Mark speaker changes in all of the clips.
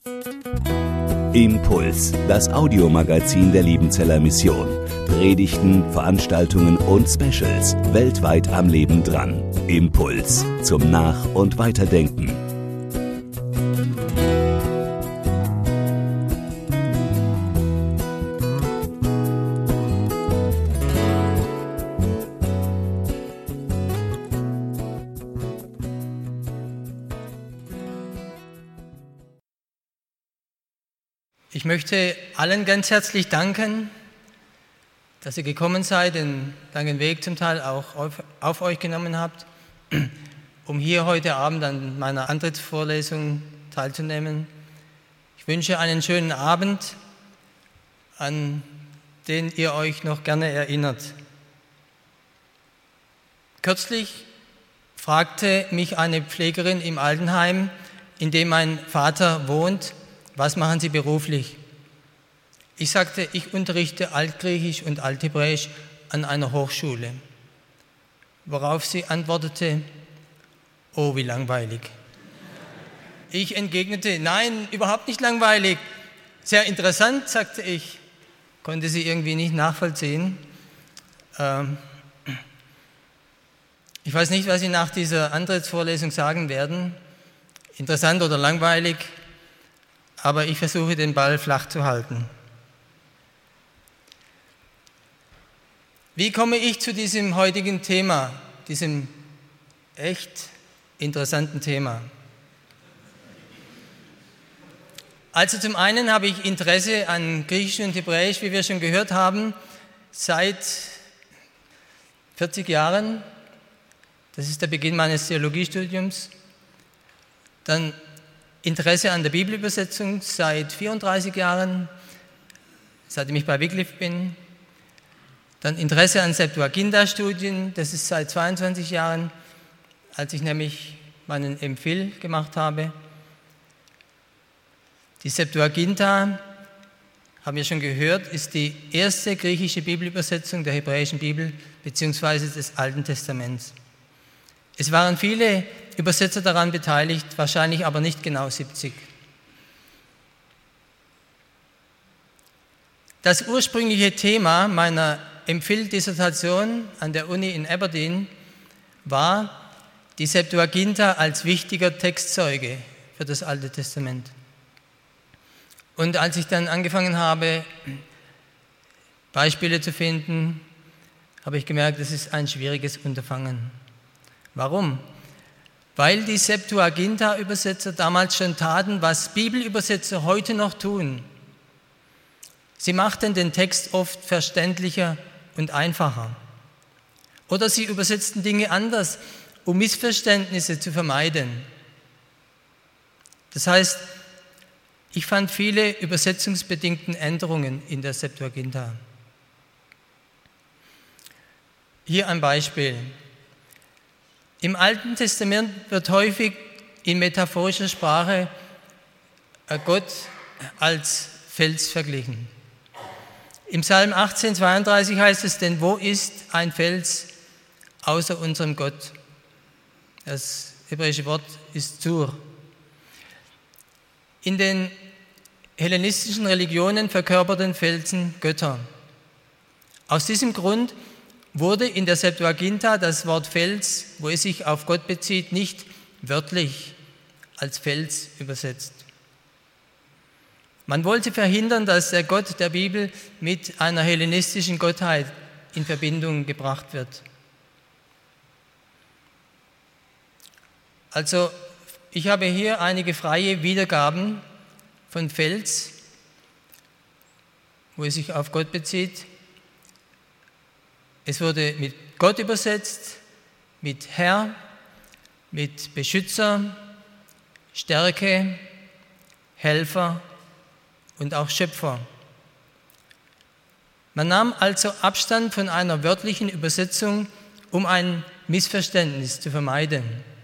Speaker 1: Impuls, das Audiomagazin der Liebenzeller Mission. Predigten, Veranstaltungen und Specials weltweit am Leben dran. Impuls zum Nach- und Weiterdenken.
Speaker 2: Ich möchte allen ganz herzlich danken, dass ihr gekommen seid, den langen Weg zum Teil auch auf euch genommen habt, um hier heute Abend an meiner Antrittsvorlesung teilzunehmen. Ich wünsche einen schönen Abend, an den ihr euch noch gerne erinnert. Kürzlich fragte mich eine Pflegerin im Altenheim, in dem mein Vater wohnt: Was machen Sie beruflich? Ich sagte, ich unterrichte Altgriechisch und Althebräisch an einer Hochschule. Worauf sie antwortete: Oh, wie langweilig. Ich entgegnete: Nein, überhaupt nicht langweilig. Sehr interessant, sagte ich. Konnte sie irgendwie nicht nachvollziehen. Ich weiß nicht, was Sie nach dieser Antrittsvorlesung sagen werden. Interessant oder langweilig. Aber ich versuche, den Ball flach zu halten. Wie komme ich zu diesem heutigen Thema, diesem echt interessanten Thema? Also zum einen habe ich Interesse an Griechisch und Hebräisch, wie wir schon gehört haben, seit 40 Jahren. Das ist der Beginn meines Theologiestudiums. Dann Interesse an der Bibelübersetzung seit 34 Jahren, seitdem ich bei Wycliffe bin. Dann Interesse an Septuaginta-Studien, das ist seit 22 Jahren, als ich nämlich meinen MPhil gemacht habe. Die Septuaginta, haben wir schon gehört, ist die erste griechische Bibelübersetzung der hebräischen Bibel bzw. des Alten Testaments. Es waren viele Übersetzer daran beteiligt, wahrscheinlich aber nicht genau 70. Das ursprüngliche Thema meiner MPhil-Dissertation an der Uni in Aberdeen war die Septuaginta als wichtiger Textzeuge für das Alte Testament. Und als ich dann angefangen habe, Beispiele zu finden, habe ich gemerkt, das ist ein schwieriges Unterfangen. Warum? Weil die Septuaginta-Übersetzer damals schon taten, was Bibelübersetzer heute noch tun. Sie machten den Text oft verständlicher und einfacher. Oder sie übersetzten Dinge anders, um Missverständnisse zu vermeiden. Das heißt, ich fand viele übersetzungsbedingten Änderungen in der Septuaginta. Hier ein Beispiel. Im Alten Testament wird häufig in metaphorischer Sprache Gott als Fels verglichen. Im Psalm 18,32 heißt es: Denn wo ist ein Fels außer unserem Gott? Das hebräische Wort ist Zur. In den hellenistischen Religionen verkörperten Felsen Götter. Aus diesem Grund wurde in der Septuaginta das Wort Fels, wo es sich auf Gott bezieht, nicht wörtlich als Fels übersetzt. Man wollte verhindern, dass der Gott der Bibel mit einer hellenistischen Gottheit in Verbindung gebracht wird. Also, ich habe hier einige freie Wiedergaben von Fels, wo es sich auf Gott bezieht. Es wurde mit Gott übersetzt, mit Herr, mit Beschützer, Stärke, Helfer und auch Schöpfer. Man nahm also Abstand von einer wörtlichen Übersetzung, um ein Missverständnis zu vermeiden.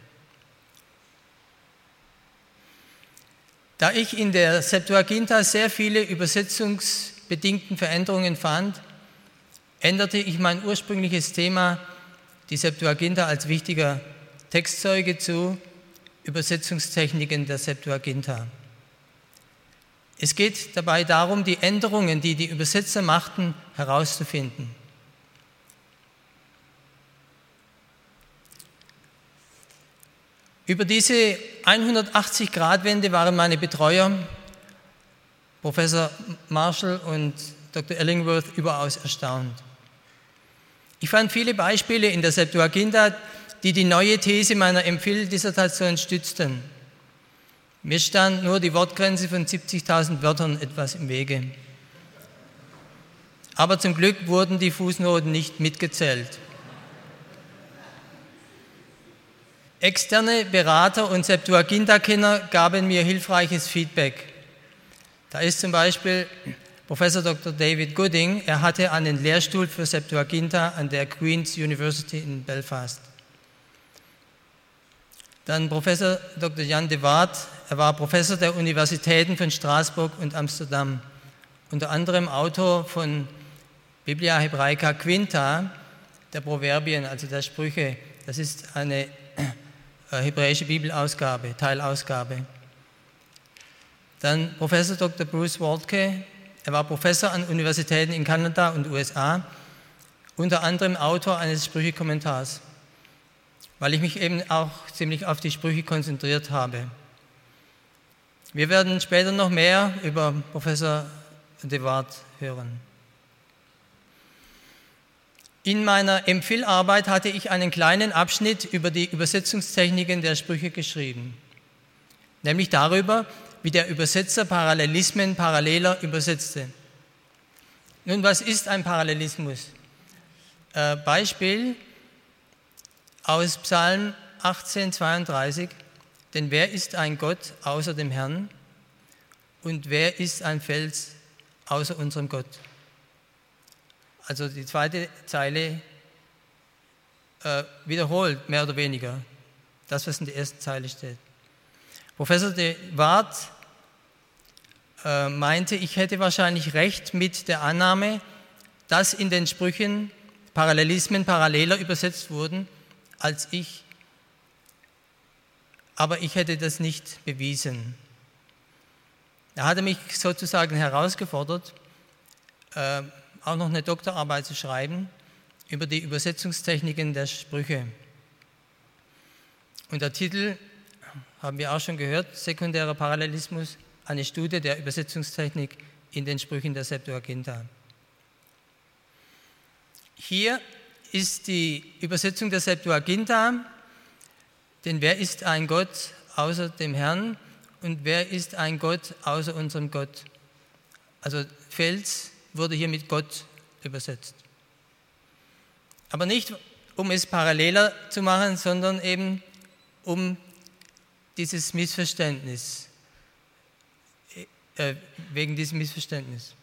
Speaker 2: Da ich in der Septuaginta sehr viele übersetzungsbedingten Veränderungen fand, änderte ich mein ursprüngliches Thema, die Septuaginta als wichtiger Textzeuge, zu Übersetzungstechniken der Septuaginta. Es geht dabei darum, die Änderungen, die die Übersetzer machten, herauszufinden. Über diese 180-Grad-Wende waren meine Betreuer, Professor Marshall und Dr. Illingworth, überaus erstaunt. Ich fand viele Beispiele in der Septuaginta, die die neue These meiner MPhil-Dissertation stützten. Mir stand nur die Wortgrenze von 70.000 Wörtern etwas im Wege. Aber zum Glück wurden die Fußnoten nicht mitgezählt. Externe Berater und Septuaginta-Kenner gaben mir hilfreiches Feedback. Da ist zum Beispiel Professor Dr. David Gooding. Er hatte einen Lehrstuhl für Septuaginta an der Queen's University in Belfast. Dann Professor Dr. Jan de Waard. Er war Professor der Universitäten von Straßburg und Amsterdam. Unter anderem Autor von Biblia Hebraica Quinta, der Proverbien, also der Sprüche. Das ist eine hebräische Bibelausgabe, Teilausgabe. Dann Professor Dr. Bruce Waltke, er war Professor an Universitäten in Kanada und USA, unter anderem Autor eines Sprüche-Kommentars, weil ich mich eben auch ziemlich auf die Sprüche konzentriert habe. Wir werden später noch mehr über Professor de Waard hören. In meiner MPhil-Arbeit hatte ich einen kleinen Abschnitt über die Übersetzungstechniken der Sprüche geschrieben, nämlich darüber, wie der Übersetzer Parallelismen paralleler übersetzte. Nun, was ist ein Parallelismus? Beispiel aus Psalm 18,32: Denn wer ist ein Gott außer dem Herrn und wer ist ein Fels außer unserem Gott? Also die zweite Zeile wiederholt mehr oder weniger das, was in der ersten Zeile steht. Professor de Waard meinte, ich hätte wahrscheinlich recht mit der Annahme, dass in den Sprüchen Parallelismen paralleler übersetzt wurden als ich, aber ich hätte das nicht bewiesen. Er hatte mich sozusagen herausgefordert, auch noch eine Doktorarbeit zu schreiben über die Übersetzungstechniken der Sprüche. Und der Titel haben wir auch schon gehört: Sekundärer Parallelismus, eine Studie der Übersetzungstechnik in den Sprüchen der Septuaginta. Hier ist die Übersetzung der Septuaginta, denn wer ist ein Gott außer dem Herrn und wer ist ein Gott außer unserem Gott? Also Fels wurde hier mit Gott übersetzt. Aber nicht, um es paralleler zu machen, sondern eben um dieses Missverständnis, wegen diesem Missverständnis.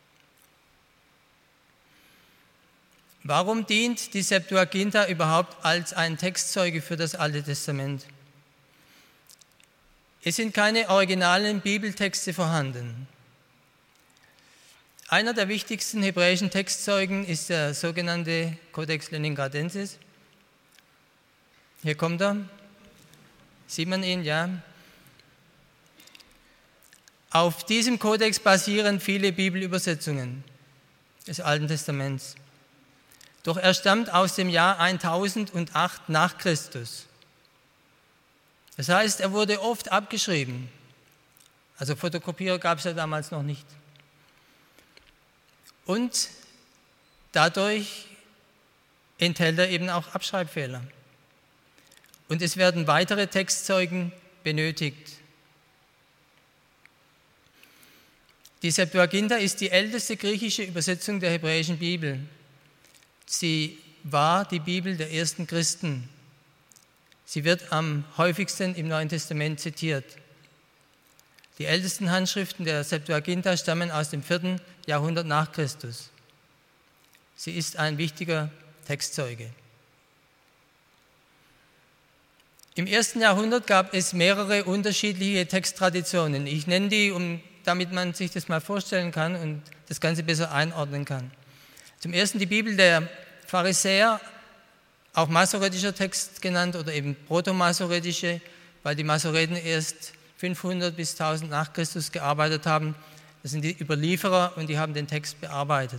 Speaker 2: Warum dient die Septuaginta überhaupt als ein Textzeuge für das Alte Testament? Es sind keine originalen Bibeltexte vorhanden. Einer der wichtigsten hebräischen Textzeugen ist der sogenannte Codex Leningradensis. Hier kommt er. Sieht man ihn, ja? Auf diesem Kodex basieren viele Bibelübersetzungen des Alten Testaments. Doch er stammt aus dem Jahr 1008 nach Christus. Das heißt, er wurde oft abgeschrieben. Also Fotokopierer gab es ja damals noch nicht. Und dadurch enthält er eben auch Abschreibfehler. Und es werden weitere Textzeugen benötigt. Die Septuaginta ist die älteste griechische Übersetzung der hebräischen Bibel. Sie war die Bibel der ersten Christen. Sie wird am häufigsten im Neuen Testament zitiert. Die ältesten Handschriften der Septuaginta stammen aus dem 4. Jahrhundert nach Christus. Sie ist ein wichtiger Textzeuge. Im 1. Jahrhundert gab es mehrere unterschiedliche Texttraditionen. Ich nenne die, damit man sich das mal vorstellen kann und das Ganze besser einordnen kann. Zum ersten die Bibel der Pharisäer, auch masoretischer Text genannt oder eben protomasoretische, weil die Masoreten erst 500 bis 1000 nach Christus gearbeitet haben. Das sind die Überlieferer und die haben den Text bearbeitet.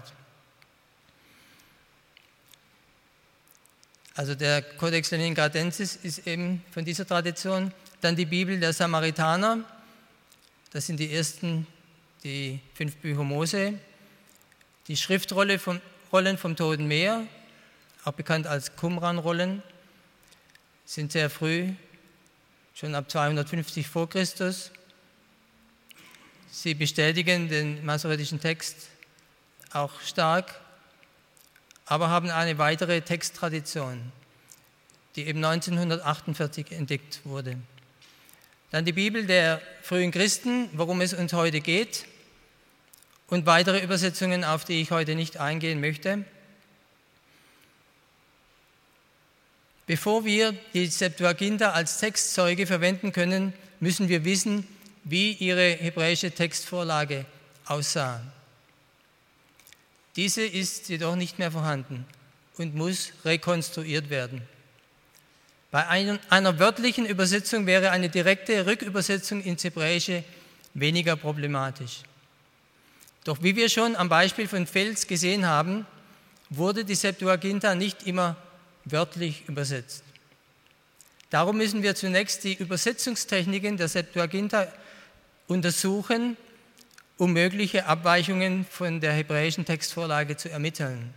Speaker 2: Also der Codex Leningradensis ist eben von dieser Tradition. Dann die Bibel der Samaritaner, das sind die 5 Bücher Mose. Die Schriftrollen vom Toten Meer, auch bekannt als Qumran-Rollen, sind sehr früh, schon ab 250 vor Christus. Sie bestätigen den masoretischen Text auch stark, aber haben eine weitere Texttradition, die eben 1948 entdeckt wurde. Dann die Bibel der frühen Christen, worum es uns heute geht, und weitere Übersetzungen, auf die ich heute nicht eingehen möchte. Bevor wir die Septuaginta als Textzeuge verwenden können, müssen wir wissen, wie ihre hebräische Textvorlage aussah. Diese ist jedoch nicht mehr vorhanden und muss rekonstruiert werden. Bei einer wörtlichen Übersetzung wäre eine direkte Rückübersetzung ins Hebräische weniger problematisch. Doch wie wir schon am Beispiel von Fels gesehen haben, wurde die Septuaginta nicht immer wörtlich übersetzt. Darum müssen wir zunächst die Übersetzungstechniken der Septuaginta untersuchen, um mögliche Abweichungen von der hebräischen Textvorlage zu ermitteln.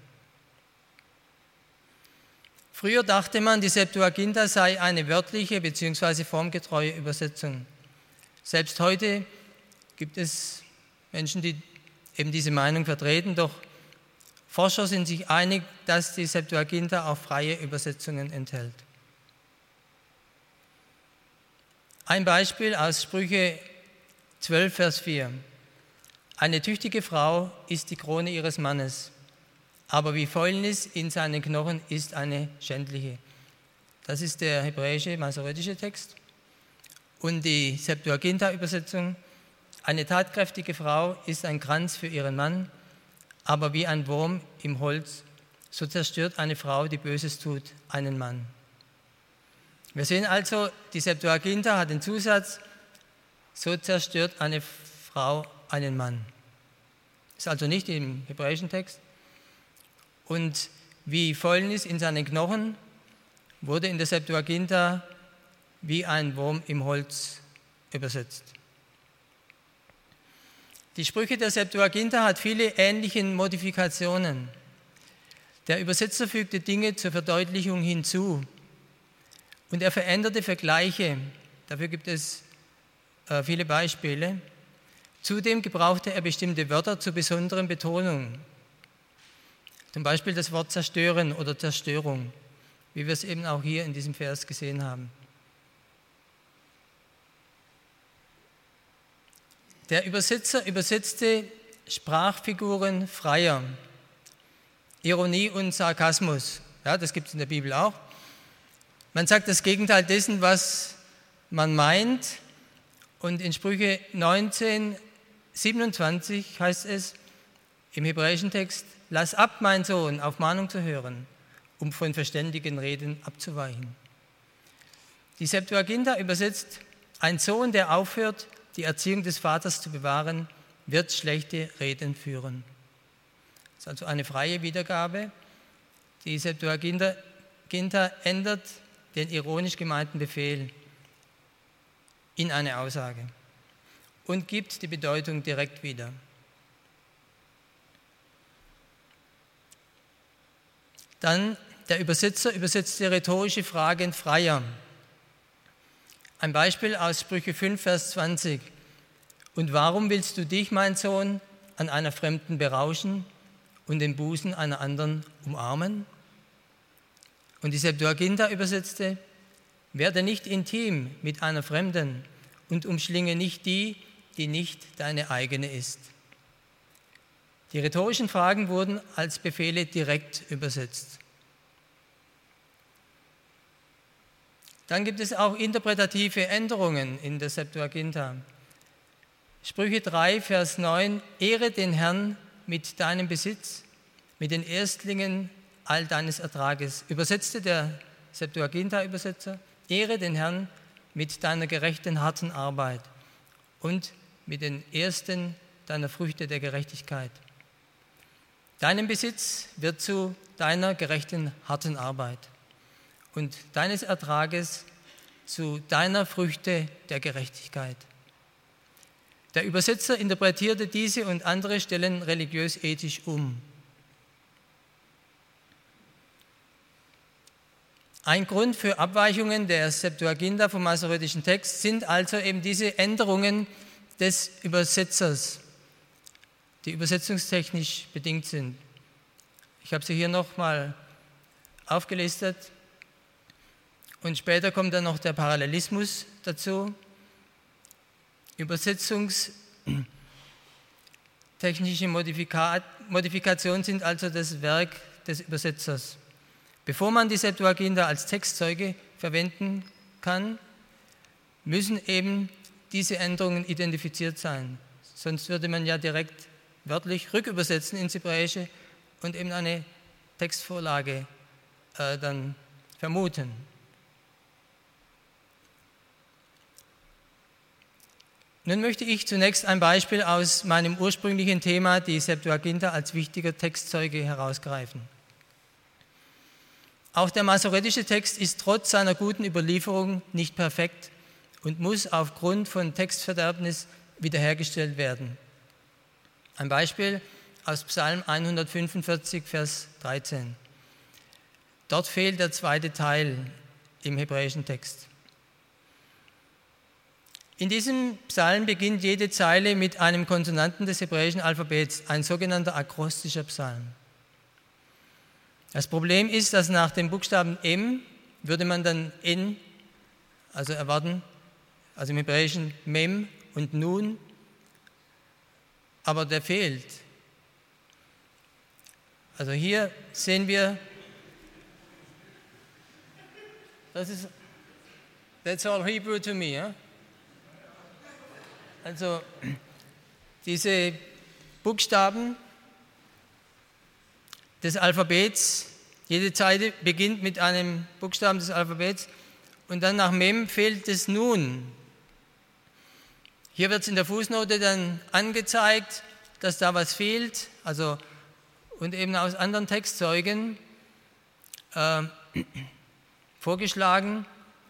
Speaker 2: Früher dachte man, die Septuaginta sei eine wörtliche bzw. formgetreue Übersetzung. Selbst heute gibt es Menschen, die eben diese Meinung vertreten, doch Forscher sind sich einig, dass die Septuaginta auch freie Übersetzungen enthält. Ein Beispiel aus Sprüche 12, Vers 4. Eine tüchtige Frau ist die Krone ihres Mannes, aber wie Fäulnis in seinen Knochen ist eine schändliche. Das ist der hebräische, masoretische Text. Und die Septuaginta-Übersetzung: Eine tatkräftige Frau ist ein Kranz für ihren Mann, aber wie ein Wurm im Holz, so zerstört eine Frau, die Böses tut, einen Mann. Wir sehen also, die Septuaginta hat den Zusatz: So zerstört eine Frau einen Mann. Ist also nicht im hebräischen Text. Und wie Fäulnis in seinen Knochen wurde in der Septuaginta wie ein Wurm im Holz übersetzt. Die Sprüche der Septuaginta hat viele ähnliche Modifikationen. Der Übersetzer fügte Dinge zur Verdeutlichung hinzu und er veränderte Vergleiche. Dafür gibt es viele Beispiele. Zudem gebrauchte er bestimmte Wörter zur besonderen Betonung. Zum Beispiel das Wort zerstören oder Zerstörung, wie wir es eben auch hier in diesem Vers gesehen haben. Der Übersetzer übersetzte Sprachfiguren freier. Ironie und Sarkasmus, ja, das gibt es in der Bibel auch. Man sagt das Gegenteil dessen, was man meint. Und in Sprüche 19, 27 heißt es im hebräischen Text: Lass ab, mein Sohn, auf Mahnung zu hören, um von verständigen Reden abzuweichen. Die Septuaginta übersetzt: Ein Sohn, der aufhört, die Erziehung des Vaters zu bewahren, wird schlechte Reden führen. Das ist also eine freie Wiedergabe. Die Septuaginta ändert den ironisch gemeinten Befehl in eine Aussage und gibt die Bedeutung direkt wieder. Dann der Übersetzer übersetzte rhetorische Fragen freier. Ein Beispiel aus Sprüche 5, Vers 20. Und warum willst du dich, mein Sohn, an einer Fremden berauschen und den Busen einer anderen umarmen? Und die Septuaginta übersetzte: Werde nicht intim mit einer Fremden und umschlinge nicht die, die nicht deine eigene ist. Die rhetorischen Fragen wurden als Befehle direkt übersetzt. Dann gibt es auch interpretative Änderungen in der Septuaginta. Sprüche 3, Vers 9: Ehre den Herrn mit deinem Besitz, mit den Erstlingen all deines Ertrages. Übersetzte der Septuaginta-Übersetzer: Ehre den Herrn mit deiner gerechten, harten Arbeit und mit den Ersten deiner Früchte der Gerechtigkeit. Deinem Besitz wird zu deiner gerechten, harten Arbeit und deines Ertrages zu deiner Früchte der Gerechtigkeit. Der Übersetzer interpretierte diese und andere Stellen religiös-ethisch um. Ein Grund für Abweichungen der Septuaginta vom masoretischen Text sind also eben diese Änderungen des Übersetzers, die übersetzungstechnisch bedingt sind. Ich habe sie hier nochmal aufgelistet und später kommt dann noch der Parallelismus dazu. Übersetzungstechnische Modifikationen sind also das Werk des Übersetzers. Bevor man die Septuaginta als Textzeuge verwenden kann, müssen eben diese Änderungen identifiziert sein. Sonst würde man ja direkt wörtlich rückübersetzen ins Hebräische und eben eine Textvorlage dann vermuten. Nun möchte ich zunächst ein Beispiel aus meinem ursprünglichen Thema, die Septuaginta als wichtiger Textzeuge, herausgreifen. Auch der masoretische Text ist trotz seiner guten Überlieferung nicht perfekt und muss aufgrund von Textverderbnis wiederhergestellt werden. Ein Beispiel aus Psalm 145, Vers 13. Dort fehlt der zweite Teil im hebräischen Text. In diesem Psalm beginnt jede Zeile mit einem Konsonanten des hebräischen Alphabets, ein sogenannter akrostischer Psalm. Das Problem ist, dass nach dem Buchstaben M würde man dann N, also erwarten, also im Hebräischen Mem und Nun, aber der fehlt. Also hier sehen wir, that's all Hebrew to me. Ja? Also diese Buchstaben des Alphabets, jede Zeile beginnt mit einem Buchstaben des Alphabets und dann nach Mem fehlt das Nun. Hier wird es in der Fußnote dann angezeigt, dass da was fehlt, also und eben aus anderen Textzeugen vorgeschlagen.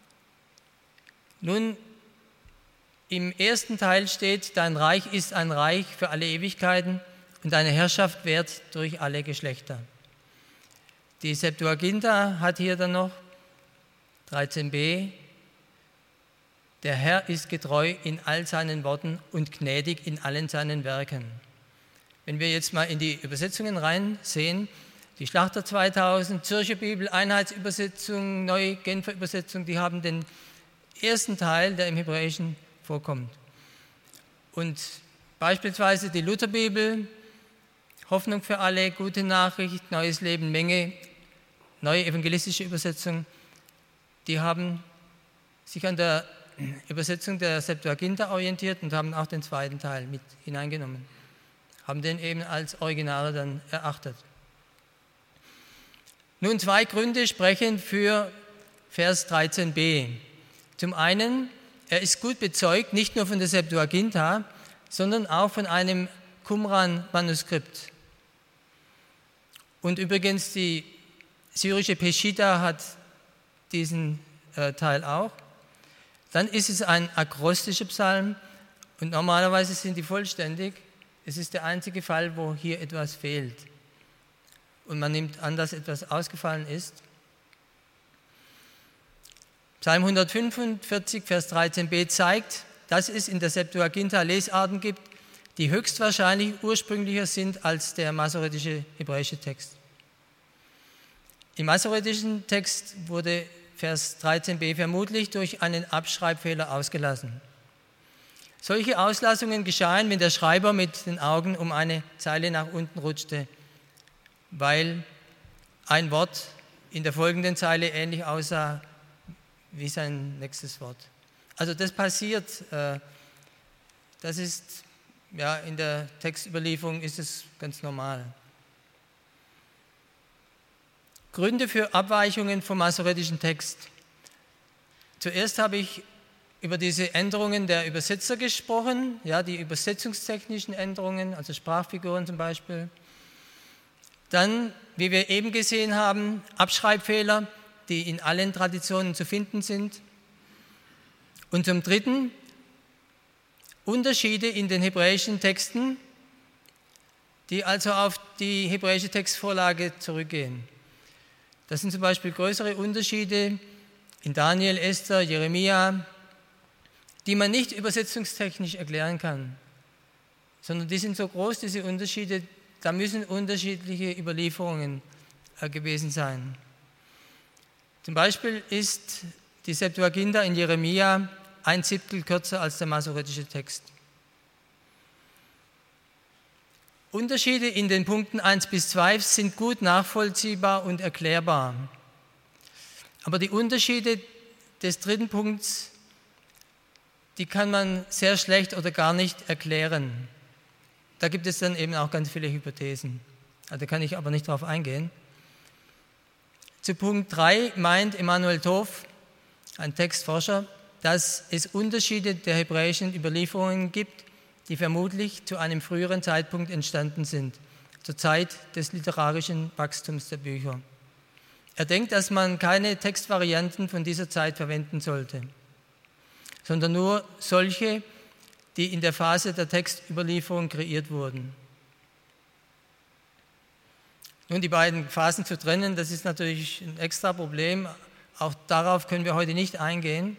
Speaker 2: Nun, im ersten Teil steht, dein Reich ist ein Reich für alle Ewigkeiten und deine Herrschaft währt durch alle Geschlechter. Die Septuaginta hat hier dann noch 13b, der Herr ist getreu in all seinen Worten und gnädig in allen seinen Werken. Wenn wir jetzt mal in die Übersetzungen reinsehen, die Schlachter 2000, Zürcher Bibel, Einheitsübersetzung, Neue Genfer Übersetzung, die haben den ersten Teil, der im Hebräischen vorkommt. Und beispielsweise die Lutherbibel, Hoffnung für alle, gute Nachricht, neues Leben, Menge, neue evangelistische Übersetzung, die haben sich an der Übersetzung der Septuaginta orientiert und haben auch den zweiten Teil mit hineingenommen, haben den eben als Originale dann erachtet. Nun, zwei Gründe sprechen für Vers 13b. Zum einen, er ist gut bezeugt, nicht nur von der Septuaginta, sondern auch von einem Qumran-Manuskript. Und übrigens, die syrische Peshitta hat diesen Teil auch. Dann ist es ein akrostischer Psalm und normalerweise sind die vollständig. Es ist der einzige Fall, wo hier etwas fehlt. Und man nimmt an, dass etwas ausgefallen ist. Psalm 145, Vers 13b zeigt, dass es in der Septuaginta Lesarten gibt, die höchstwahrscheinlich ursprünglicher sind als der masoretische hebräische Text. Im masoretischen Text wurde Vers 13b vermutlich durch einen Abschreibfehler ausgelassen. Solche Auslassungen geschahen, wenn der Schreiber mit den Augen um eine Zeile nach unten rutschte, weil ein Wort in der folgenden Zeile ähnlich aussah wie sein nächstes Wort. Also das passiert, das ist, ja, in der Textüberlieferung ist es ganz normal. Gründe für Abweichungen vom masoretischen Text. Zuerst habe ich über diese Änderungen der Übersetzer gesprochen, ja, die übersetzungstechnischen Änderungen, also Sprachfiguren zum Beispiel. Dann, wie wir eben gesehen haben, Abschreibfehler, die in allen Traditionen zu finden sind. Und zum Dritten, Unterschiede in den hebräischen Texten, die also auf die hebräische Textvorlage zurückgehen. Das sind zum Beispiel größere Unterschiede in Daniel, Esther, Jeremia, die man nicht übersetzungstechnisch erklären kann, sondern die sind so groß, diese Unterschiede, da müssen unterschiedliche Überlieferungen gewesen sein. Zum Beispiel ist die Septuaginta in Jeremia 1/7 kürzer als der masoretische Text. Unterschiede in den Punkten 1 bis 2 sind gut nachvollziehbar und erklärbar. Aber die Unterschiede des dritten Punkts, die kann man sehr schlecht oder gar nicht erklären. Da gibt es dann eben auch ganz viele Hypothesen. Da kann ich aber nicht drauf eingehen. Zu Punkt 3 meint Emanuel Tof, ein Textforscher, dass es Unterschiede der hebräischen Überlieferungen gibt, die vermutlich zu einem früheren Zeitpunkt entstanden sind, zur Zeit des literarischen Wachstums der Bücher. Er denkt, dass man keine Textvarianten von dieser Zeit verwenden sollte, sondern nur solche, die in der Phase der Textüberlieferung kreiert wurden. Nun, die beiden Phasen zu trennen, das ist natürlich ein extra Problem. Auch darauf können wir heute nicht eingehen.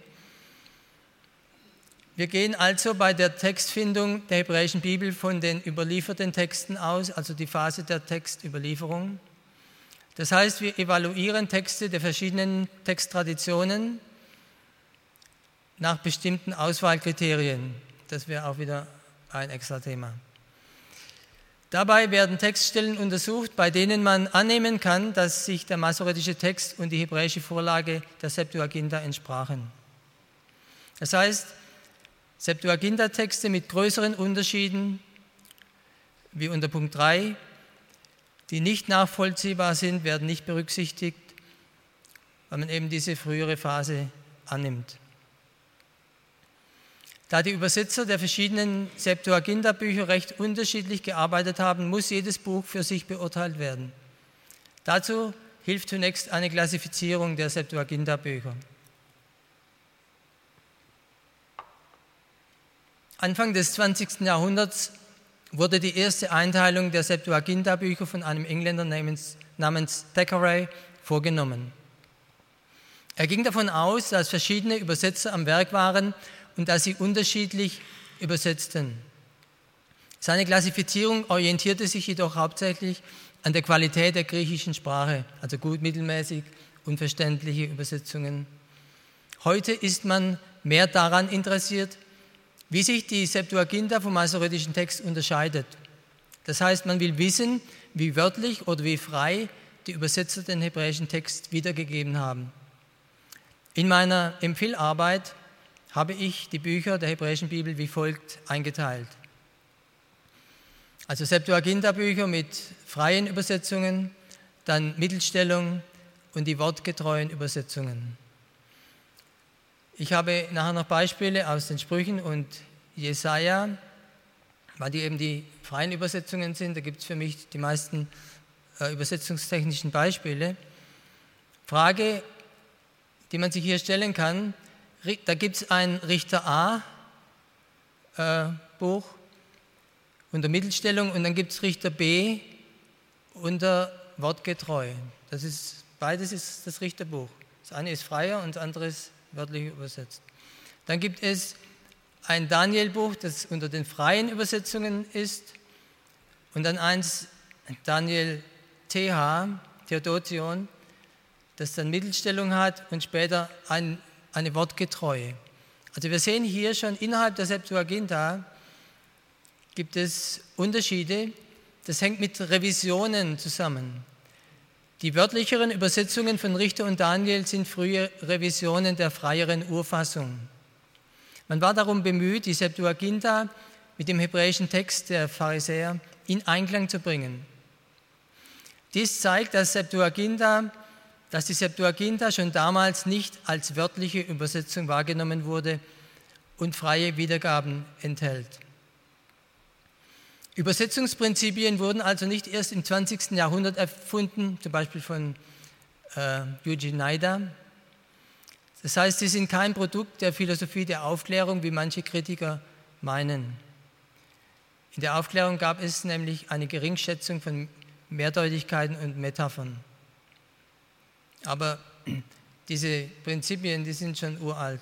Speaker 2: Wir gehen also bei der Textfindung der hebräischen Bibel von den überlieferten Texten aus, also die Phase der Textüberlieferung. Das heißt, wir evaluieren Texte der verschiedenen Texttraditionen nach bestimmten Auswahlkriterien. Das wäre auch wieder ein extra Thema. Dabei werden Textstellen untersucht, bei denen man annehmen kann, dass sich der masoretische Text und die hebräische Vorlage der Septuaginta entsprachen. Das heißt, Septuaginta-Texte mit größeren Unterschieden, wie unter Punkt 3, die nicht nachvollziehbar sind, werden nicht berücksichtigt, weil man eben diese frühere Phase annimmt. Da die Übersetzer der verschiedenen Septuaginta-Bücher recht unterschiedlich gearbeitet haben, muss jedes Buch für sich beurteilt werden. Dazu hilft zunächst eine Klassifizierung der Septuaginta-Bücher. Anfang des 20. Jahrhunderts wurde die erste Einteilung der Septuaginta-Bücher von einem Engländer namens Thackeray vorgenommen. Er ging davon aus, dass verschiedene Übersetzer am Werk waren und dass sie unterschiedlich übersetzten. Seine Klassifizierung orientierte sich jedoch hauptsächlich an der Qualität der griechischen Sprache, also gut, mittelmäßig, unverständliche Übersetzungen. Heute ist man mehr daran interessiert, wie sich die Septuaginta vom masoretischen Text unterscheidet. Das heißt, man will wissen, wie wörtlich oder wie frei die Übersetzer den hebräischen Text wiedergegeben haben. In meiner Empfehlarbeit habe ich die Bücher der hebräischen Bibel wie folgt eingeteilt. Also Septuaginta-Bücher mit freien Übersetzungen, dann Mittelstellung und die wortgetreuen Übersetzungen. Ich habe nachher noch Beispiele aus den Sprüchen und Jesaja, weil die eben die freien Übersetzungen sind. Da gibt es für mich die meisten übersetzungstechnischen Beispiele. Frage, die man sich hier stellen kann, da gibt es ein Richter A Buch unter Mittelstellung und dann gibt es Richter B unter wortgetreu. Beides ist das Richterbuch. Das eine ist freier und das andere ist wörtlich übersetzt. Dann gibt es ein Daniel-Buch, das unter den freien Übersetzungen ist, und dann eins Daniel TH, Theodotion, das dann Mittelstellung hat und später eine wortgetreue. Also wir sehen hier schon, innerhalb der Septuaginta gibt es Unterschiede. Das hängt mit Revisionen zusammen. Die wörtlicheren Übersetzungen von Richter und Daniel sind frühe Revisionen der freieren Urfassung. Man war darum bemüht, die Septuaginta mit dem hebräischen Text der Pharisäer in Einklang zu bringen. Dies zeigt, dass die Septuaginta schon damals nicht als wörtliche Übersetzung wahrgenommen wurde, und freie Wiedergaben enthält. Übersetzungsprinzipien wurden also nicht erst im 20. Jahrhundert erfunden, zum Beispiel von Eugene Nida. Das heißt, sie sind kein Produkt der Philosophie der Aufklärung, wie manche Kritiker meinen. In der Aufklärung gab es nämlich eine Geringschätzung von Mehrdeutigkeiten und Metaphern. Aber diese Prinzipien, die sind schon uralt.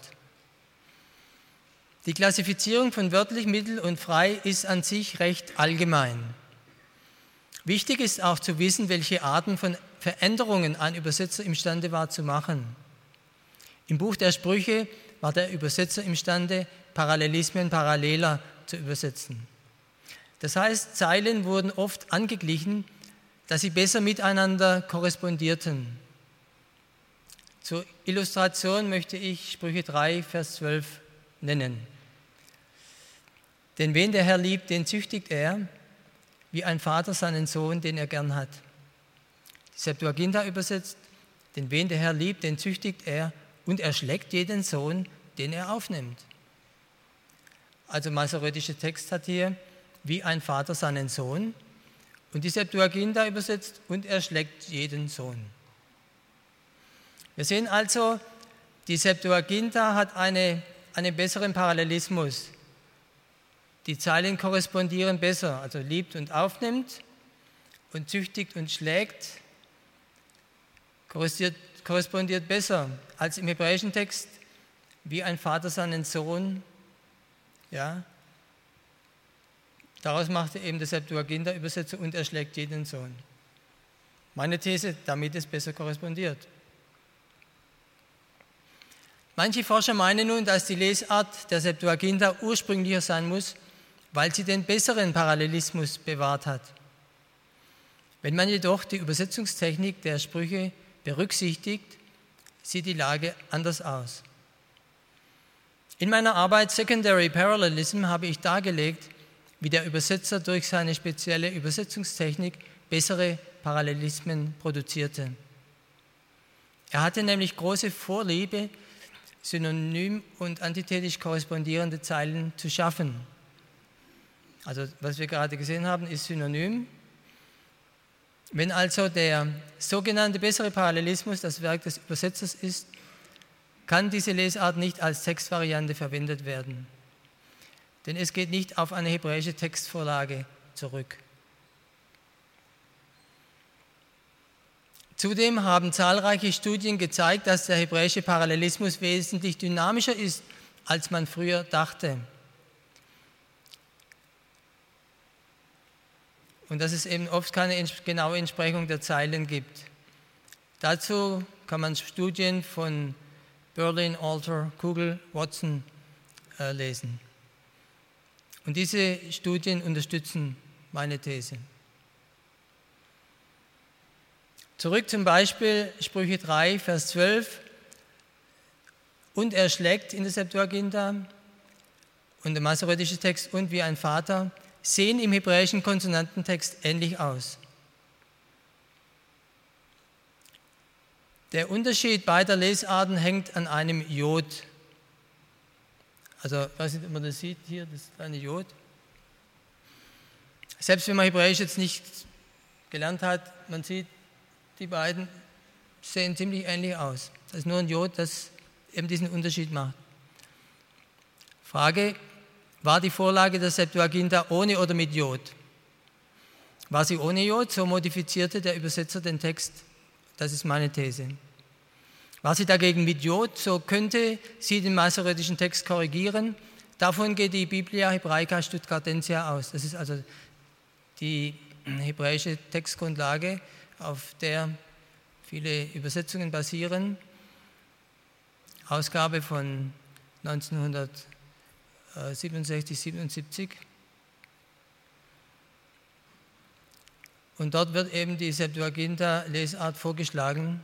Speaker 2: Die Klassifizierung von wörtlich, mittel und frei ist an sich recht allgemein. Wichtig ist auch zu wissen, welche Arten von Veränderungen ein Übersetzer imstande war zu machen. Im Buch der Sprüche war der Übersetzer imstande, Parallelismen paralleler zu übersetzen. Das heißt, Zeilen wurden oft angeglichen, dass sie besser miteinander korrespondierten. Zur Illustration möchte ich Sprüche 3, Vers 12 nennen. Denn wen der Herr liebt, den züchtigt er, wie ein Vater seinen Sohn, den er gern hat. Die Septuaginta übersetzt, denn wen der Herr liebt, den züchtigt er und er schlägt jeden Sohn, den er aufnimmt. Also masoretischer Text hat hier, wie ein Vater seinen Sohn, und die Septuaginta übersetzt, und er schlägt jeden Sohn. Wir sehen also, die Septuaginta hat einen besseren Parallelismus. Die Zeilen korrespondieren besser, also liebt und aufnimmt und züchtigt und schlägt, korrespondiert besser als im hebräischen Text, wie ein Vater seinen Sohn. Ja. Daraus machte eben der Septuaginta-Übersetzer, und er schlägt jeden Sohn. Meine These, damit es besser korrespondiert. Manche Forscher meinen nun, dass die Lesart der Septuaginta ursprünglicher sein muss, weil sie den besseren Parallelismus bewahrt hat. Wenn man jedoch die Übersetzungstechnik der Sprüche berücksichtigt, sieht die Lage anders aus. In meiner Arbeit Secondary Parallelism habe ich dargelegt, wie der Übersetzer durch seine spezielle Übersetzungstechnik bessere Parallelismen produzierte. Er hatte nämlich große Vorliebe, synonym und antithetisch korrespondierende Zeilen zu schaffen. Also was wir gerade gesehen haben, ist synonym. Wenn also der sogenannte bessere Parallelismus das Werk des Übersetzers ist, kann diese Lesart nicht als Textvariante verwendet werden. Denn es geht nicht auf eine hebräische Textvorlage zurück. Zudem haben zahlreiche Studien gezeigt, dass der hebräische Parallelismus wesentlich dynamischer ist, als man früher dachte. Und dass es eben oft keine genaue Entsprechung der Zeilen gibt. Dazu kann man Studien von Berlin, Alter, Kugel, Watson lesen. Und diese Studien unterstützen meine These. Zurück zum Beispiel Sprüche 3, Vers 12. Und er schlägt in der Septuaginta und der masoretische Text und wie ein Vater sehen im hebräischen Konsonantentext ähnlich aus. Der Unterschied beider Lesarten hängt an einem Jod. Also, ich weiß nicht, ob man das sieht hier, das ist eine Jod. Selbst wenn man Hebräisch jetzt nicht gelernt hat, man sieht, die beiden sehen ziemlich ähnlich aus. Das ist nur ein Jod, das eben diesen Unterschied macht. Frage: War die Vorlage der Septuaginta ohne oder mit Jod? War sie ohne Jod, so modifizierte der Übersetzer den Text. Das ist meine These. War sie dagegen mit Jod, so könnte sie den masoretischen Text korrigieren. Davon geht die Biblia Hebraica Stuttgartensia aus. Das ist also die hebräische Textgrundlage, auf der viele Übersetzungen basieren. Ausgabe von 1967, 77. Und dort wird eben die Septuaginta-Lesart vorgeschlagen,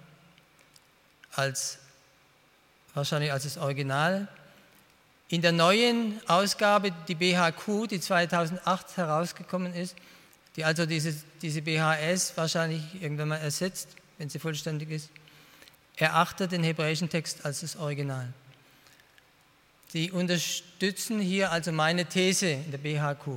Speaker 2: wahrscheinlich als das Original. In der neuen Ausgabe, die BHQ, die 2008 herausgekommen ist, die also diese BHS wahrscheinlich irgendwann mal ersetzt, wenn sie vollständig ist, erachtet den hebräischen Text als das Original. die unterstützen hier also meine These in der BHQ.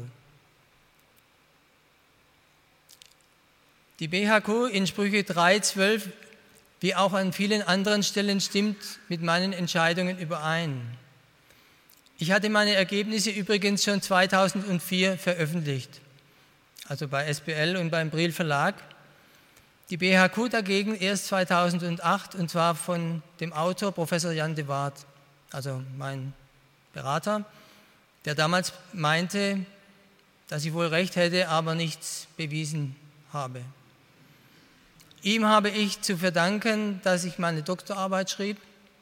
Speaker 2: Die BHQ in Sprüche 3,12, wie auch an vielen anderen Stellen, stimmt mit meinen Entscheidungen überein. Ich hatte meine Ergebnisse übrigens schon 2004 veröffentlicht, also bei SBL und beim Briel Verlag. Die BHQ dagegen erst 2008, und zwar von dem Autor Professor Jan de Waard, also mein Berater, der damals meinte, dass ich wohl recht hätte, aber nichts bewiesen habe. Ihm habe ich zu verdanken, dass ich meine Doktorarbeit schrieb,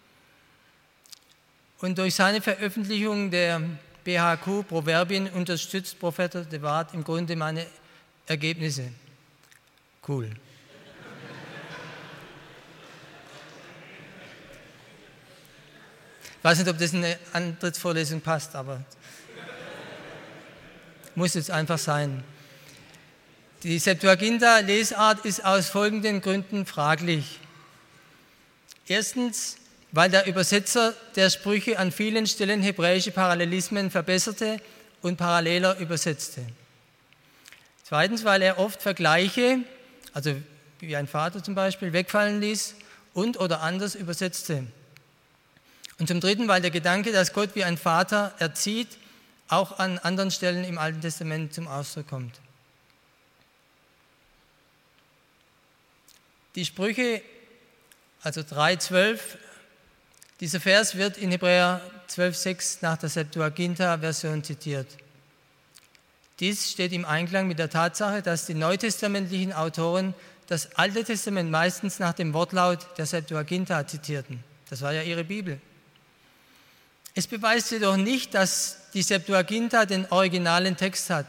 Speaker 2: und durch seine Veröffentlichung der BHQ Proverbien unterstützt Professor de Waard im Grunde meine Ergebnisse. Cool. Ich weiß nicht, ob das in eine Antrittsvorlesung passt, aber muss jetzt einfach sein. Die Septuaginta-Lesart ist aus folgenden Gründen fraglich. Erstens, weil der Übersetzer der Sprüche an vielen Stellen hebräische Parallelismen verbesserte und paralleler übersetzte. Zweitens, weil er oft Vergleiche, also wie ein Vater zum Beispiel, wegfallen ließ und oder anders übersetzte. Und zum Dritten, weil der Gedanke, dass Gott wie ein Vater erzieht, auch an anderen Stellen im Alten Testament zum Ausdruck kommt. Die Sprüche, also 3,12, dieser Vers wird in Hebräer 12,6 nach der Septuaginta-Version zitiert. Dies steht im Einklang mit der Tatsache, dass die neutestamentlichen Autoren das Alte Testament meistens nach dem Wortlaut der Septuaginta zitierten. Das war ja ihre Bibel. Es beweist jedoch nicht, dass die Septuaginta den originalen Text hat.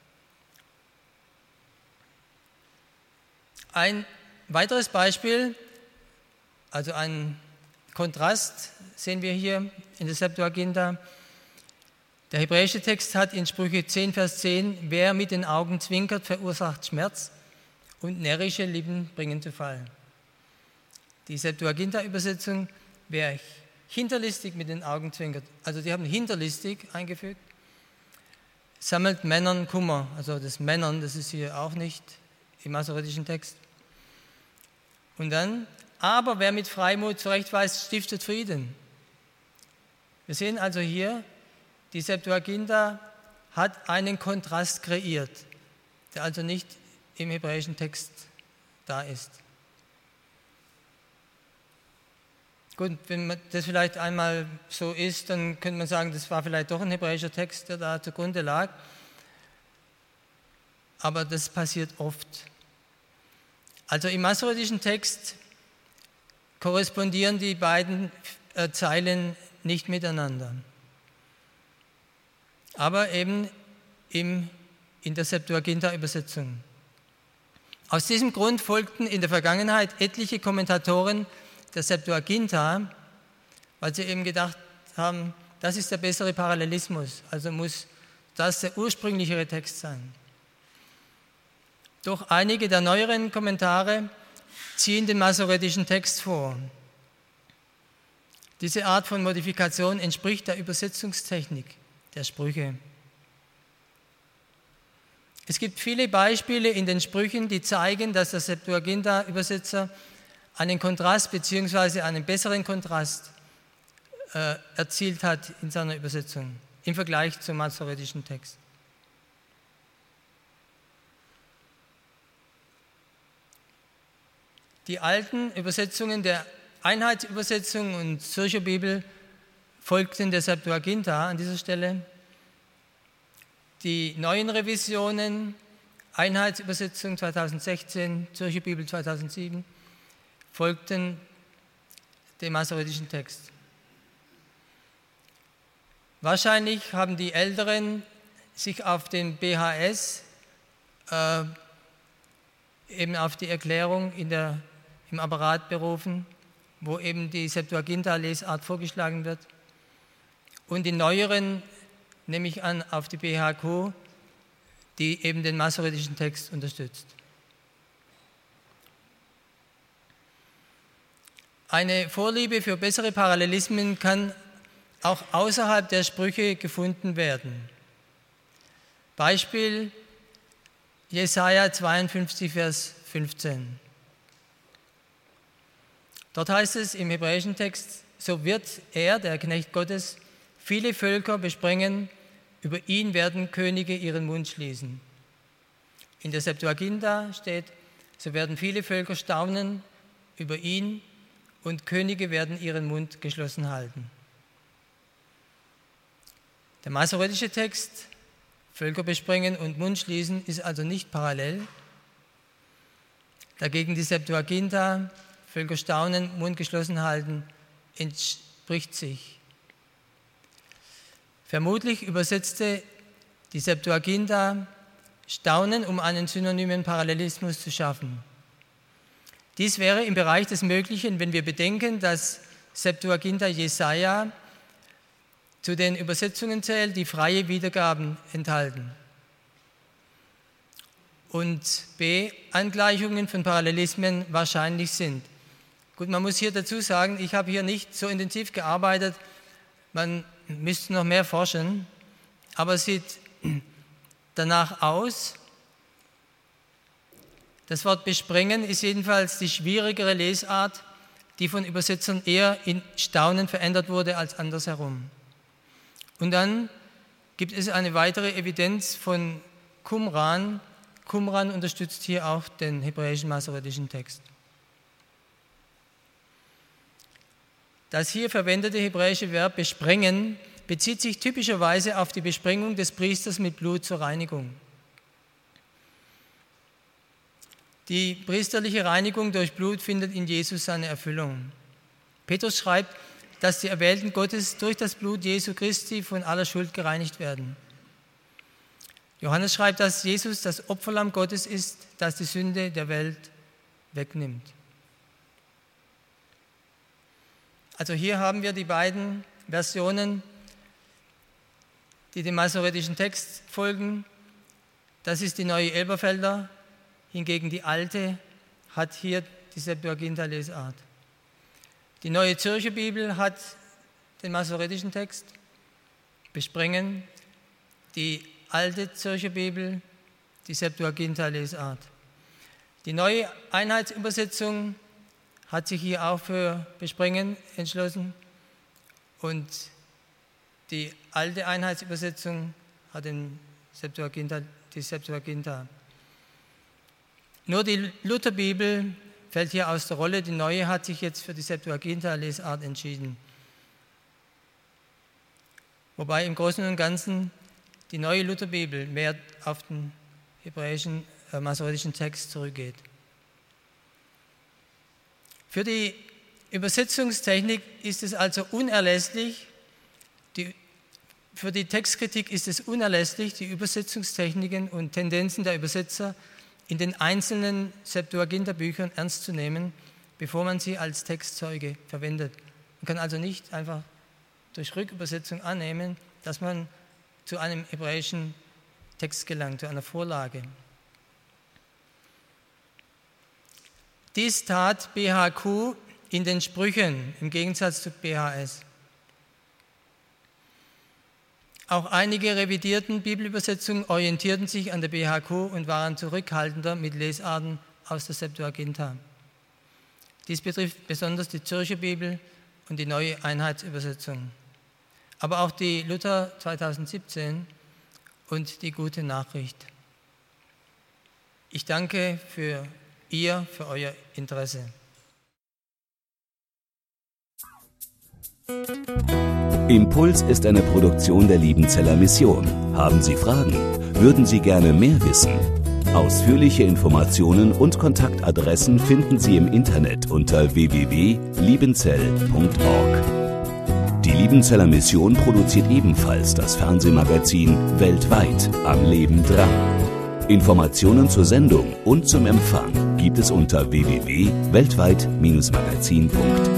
Speaker 2: Ein weiteres Beispiel, also ein Kontrast sehen wir hier in der Septuaginta. Der hebräische Text hat in Sprüche 10, Vers 10, wer mit den Augen zwinkert, verursacht Schmerz und närrische Lippen bringen zu Fall. Die Septuaginta-Übersetzung, wer hinterlistig mit den Augen zwinkert, also die haben hinterlistig eingefügt, sammelt Männern Kummer. Also das Männern, das ist hier auch nicht im masoretischen Text. Und dann, aber wer mit Freimut zurechtweist, stiftet Frieden. Wir sehen also hier, die Septuaginta hat einen Kontrast kreiert, der also nicht im hebräischen Text da ist. Gut, wenn das vielleicht einmal so ist, dann könnte man sagen, das war vielleicht doch ein hebräischer Text, der da zugrunde lag. Aber das passiert oft. Also im masoretischen Text korrespondieren die beiden Zeilen nicht miteinander. Aber eben in der Septuaginta-Übersetzung. Aus diesem Grund folgten in der Vergangenheit etliche Kommentatoren der Septuaginta, weil sie eben gedacht haben, das ist der bessere Parallelismus, also muss das der ursprünglichere Text sein. Doch einige der neueren Kommentare ziehen den masoretischen Text vor. Diese Art von Modifikation entspricht der Übersetzungstechnik der Sprüche. Es gibt viele Beispiele in den Sprüchen, die zeigen, dass der Septuaginta-Übersetzer einen Kontrast bzw. einen besseren Kontrast erzielt hat in seiner Übersetzung im Vergleich zum masoretischen Text. Die alten Übersetzungen der Einheitsübersetzung und Zürcher Bibel folgten der Septuaginta an dieser Stelle. Die neuen Revisionen, Einheitsübersetzung 2016, Zürcher Bibel 2007, folgten dem masoretischen Text. Wahrscheinlich haben die Älteren sich auf den BHS, eben auf die Erklärung im Apparat berufen, wo eben die Septuaginta-Lesart vorgeschlagen wird. Und die Neueren nehme ich an auf die BHQ, die eben den masoretischen Text unterstützt. Eine Vorliebe für bessere Parallelismen kann auch außerhalb der Sprüche gefunden werden. Beispiel Jesaja 52, Vers 15. Dort heißt es im hebräischen Text: So wird er, der Knecht Gottes, viele Völker besprengen, über ihn werden Könige ihren Mund schließen. In der Septuaginta steht: So werden viele Völker staunen über ihn und Könige werden ihren Mund geschlossen halten. Der masoretische Text, Völker besprengen und Mund schließen, ist also nicht parallel. Dagegen die Septuaginta, Völker staunen, Mund geschlossen halten, entspricht sich. Vermutlich übersetzte die Septuaginta Staunen, um einen synonymen Parallelismus zu schaffen. Dies wäre im Bereich des Möglichen, wenn wir bedenken, dass Septuaginta Jesaja zu den Übersetzungen zählt, die freie Wiedergaben enthalten. Und b. Angleichungen von Parallelismen wahrscheinlich sind. Gut, man muss hier dazu sagen, ich habe hier nicht so intensiv gearbeitet, man müsste noch mehr forschen, aber es sieht danach aus. Das Wort besprengen ist jedenfalls die schwierigere Lesart, die von Übersetzern eher in Staunen verändert wurde als andersherum. Und dann gibt es eine weitere Evidenz von Qumran. Qumran unterstützt hier auch den hebräischen masoretischen Text. Das hier verwendete hebräische Verb besprengen bezieht sich typischerweise auf die Besprengung des Priesters mit Blut zur Reinigung. Die priesterliche Reinigung durch Blut findet in Jesus seine Erfüllung. Petrus schreibt, dass die Erwählten Gottes durch das Blut Jesu Christi von aller Schuld gereinigt werden. Johannes schreibt, dass Jesus das Opferlamm Gottes ist, das die Sünde der Welt wegnimmt. Also hier haben wir die beiden Versionen, die dem masoretischen Text folgen. Das ist die neue Elberfelder, hingegen die alte hat hier die Septuaginta-Lesart. Die neue Zürcher Bibel hat den masoretischen Text, besprengen, die alte Zürcher Bibel die Septuaginta-Lesart. Die neue Einheitsübersetzung hat sich hier auch für besprengen entschlossen und die alte Einheitsübersetzung hat die Septuaginta. Nur die Lutherbibel fällt hier aus der Rolle. Die neue hat sich jetzt für die Septuaginta-Lesart entschieden. Wobei im Großen und Ganzen die neue Lutherbibel mehr auf den hebräischen, masoretischen Text zurückgeht. Für die Übersetzungstechnik ist es also unerlässlich, für die Textkritik ist es unerlässlich, die Übersetzungstechniken und Tendenzen der Übersetzer in den einzelnen Septuaginta-Büchern ernst zu nehmen, bevor man sie als Textzeuge verwendet. Man kann also nicht einfach durch Rückübersetzung annehmen, dass man zu einem hebräischen Text gelangt, zu einer Vorlage. Dies tat BHQ in den Sprüchen, im Gegensatz zu BHS. Auch einige revidierten Bibelübersetzungen orientierten sich an der BHQ und waren zurückhaltender mit Lesarten aus der Septuaginta. Dies betrifft besonders die Zürcher Bibel und die neue Einheitsübersetzung, aber auch die Luther 2017 und die Gute Nachricht. Ich danke für euer Interesse.
Speaker 1: Impuls ist eine Produktion der Liebenzeller Mission. Haben Sie Fragen? Würden Sie gerne mehr wissen? Ausführliche Informationen und Kontaktadressen finden Sie im Internet unter www.liebenzell.org. Die Liebenzeller Mission produziert ebenfalls das Fernsehmagazin Weltweit am Leben dran. Informationen zur Sendung und zum Empfang gibt es unter www.weltweit-magazin.de.